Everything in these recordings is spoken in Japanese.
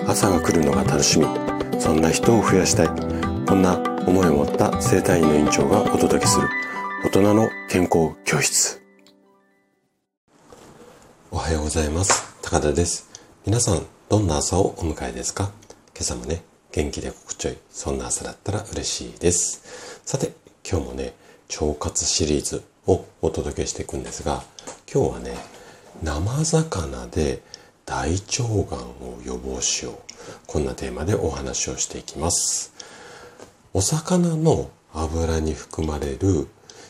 朝が来るのが楽しみ、そんな人を増やしたい、こんな思いを持った整体院の院長がお届けする大人の健康教室。おはようございます。高田です。皆さんどんな朝をお迎えですか？今朝もね、元気で心地よい、そんな朝だったら嬉しいです。さて、今日もね、腸活シリーズをお届けしていくんですが、今日はね、生魚で大腸がんを予防しよう、こんなテーマでお話をしていきます。お魚の油に含まれる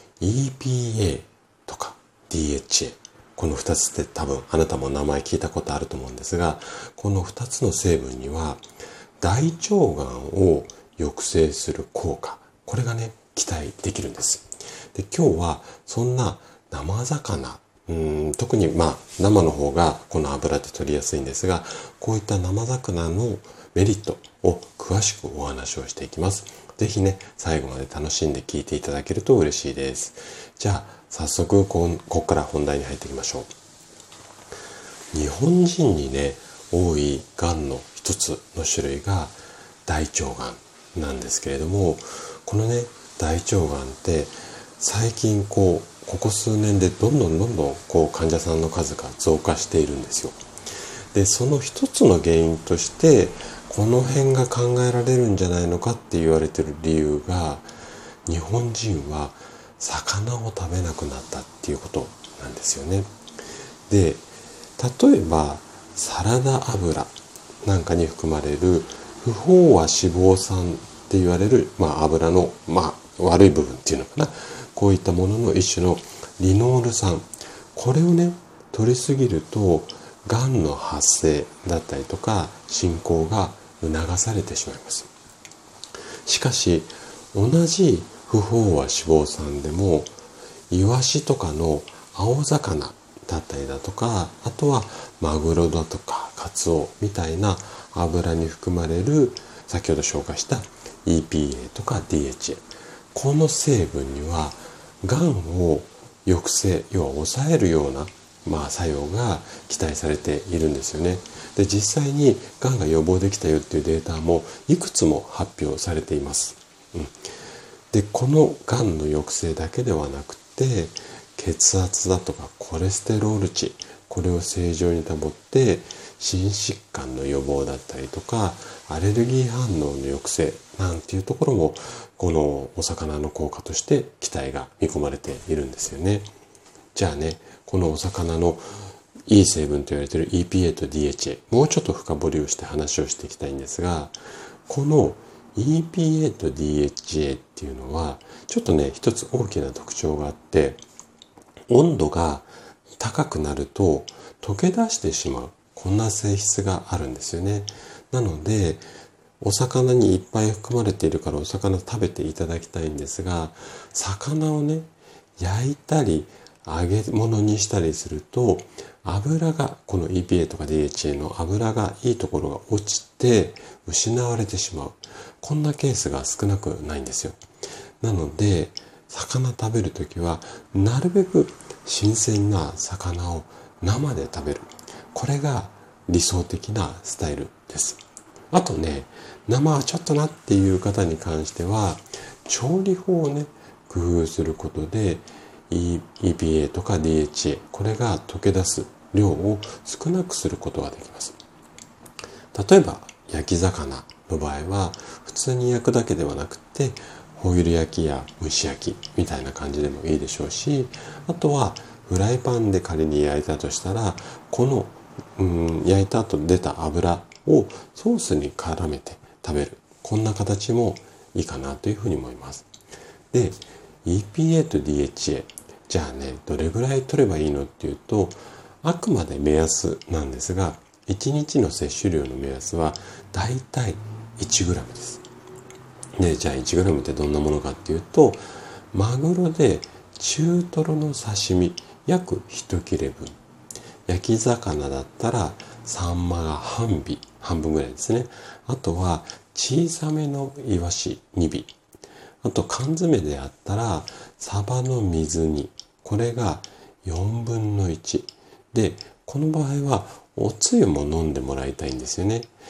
EPA とか DHA、 この2つって多分あなたも名前聞いたことあると思うんですが、この2つの成分には大腸がんを抑制する効果、これがね、期待できるんです。で、今日はそんな生魚、特に生の方がこの油って取りやすいんですが、こういった生魚のメリットを詳しくお話をしていきます。ぜひね、最後まで楽しんで聞いていただけると嬉しいです。じゃあ早速ここから本題に入っていきましょう。日本人にね、多いがんの一つの種類が大腸がんなんですけれども、このね、大腸がんって最近ここ数年でどんどん患者さんの数が増加しているんですよ。で、その一つの原因としてこの辺が考えられるんじゃないのかって言われている理由が、日本人は魚を食べなくなったっていうことなんですよね。で、例えばサラダ油なんかに含まれる不飽和脂肪酸って言われる、油の悪い部分っていうのかな、こういったものの一種のリノール酸、これをね、取りすぎるとがんの発生だったりとか進行が促されてしまいます。しかし同じ不飽和脂肪酸でもイワシとかの青魚だったりだとか、あとはマグロだとかカツオみたいな油に含まれる先ほど紹介した EPA とか DHA、 この成分にはがんを抑制、要は抑えるような作用が期待されているんですよね。で、実際にがんが予防できたよっていうデータもいくつも発表されています。で、このがんの抑制だけではなくて、血圧だとかコレステロール値、これを正常に保って心疾患の予防だったりとかアレルギー反応の抑制なんていうところも、このお魚の効果として期待が見込まれているんですよね。じゃあね、このお魚のいい成分と言われている EPA と DHA、 もうちょっと深掘りをして話をしていきたいんですが、この EPA と DHA っていうのはちょっとね、一つ大きな特徴があって、温度が高くなると溶け出してしまう、こんな性質があるんですよね。なのでお魚にいっぱい含まれているからお魚食べていただきたいんですが、魚をね、焼いたり揚げ物にしたりすると油が、この EPA とか DHA の油がいいところが落ちて失われてしまう、こんなケースが少なくないんですよ。なので魚食べるときはなるべく新鮮な魚を生で食べる、これが理想的なスタイルです。あとね、生はちょっとなっていう方に関しては調理法をね、工夫することで EPA とか DHA、 これが溶け出す量を少なくすることができます。例えば焼き魚の場合は普通に焼くだけではなくてホイル焼きや蒸し焼きみたいな感じでもいいでしょうし、あとはフライパンで仮に焼いたとしたら、この焼いた後出た油をソースに絡めて食べる、こんな形もいいかなというふうに思います。で、 EPA と DHA、 じゃあね、どれぐらい取ればいいのっていうと、あくまで目安なんですが、1日の摂取量の目安はだいたい 1g です。で、じゃあ 1g ってどんなものかっていうと、マグロで中トロの刺身約1切れ分、焼き魚だったらサンマが半分ぐらいですね。あとは小さめのイワシ2尾、あと缶詰であったらサバの水煮、これが4分の1で、この場合はおつゆも飲んでもらいたいんですよね。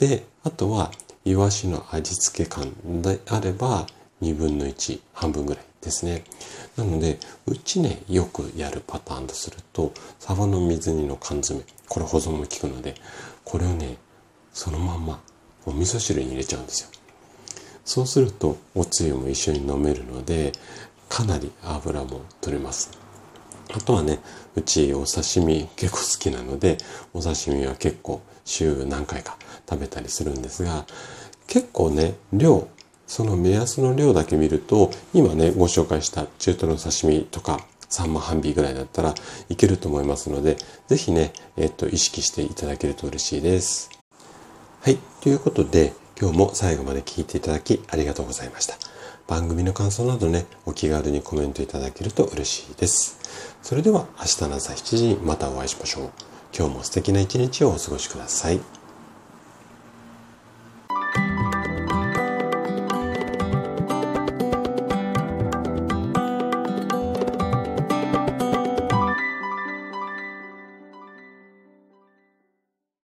で、あとはイワシの味付け感であれば2分の1、半分ぐらいですね。なので、うちね、よくやるパターンとすると、サバの水煮の缶詰、これ保存も効くので、これをね、そのまんまお味噌汁に入れちゃうんですよ。そうするとおつゆも一緒に飲めるので、かなり油も取れます。あとはね、うちお刺身結構好きなので、お刺身は結構週何回か食べたりするんですが、結構ね、その目安の量だけ見ると、今ね、ご紹介した中トロの刺身とか、サンマ半尾ぐらいだったらいけると思いますので、ぜひね、意識していただけると嬉しいです。はい。ということで、今日も最後まで聞いていただきありがとうございました。番組の感想などね、お気軽にコメントいただけると嬉しいです。それでは明日の朝7時にまたお会いしましょう。今日も素敵な一日をお過ごしください。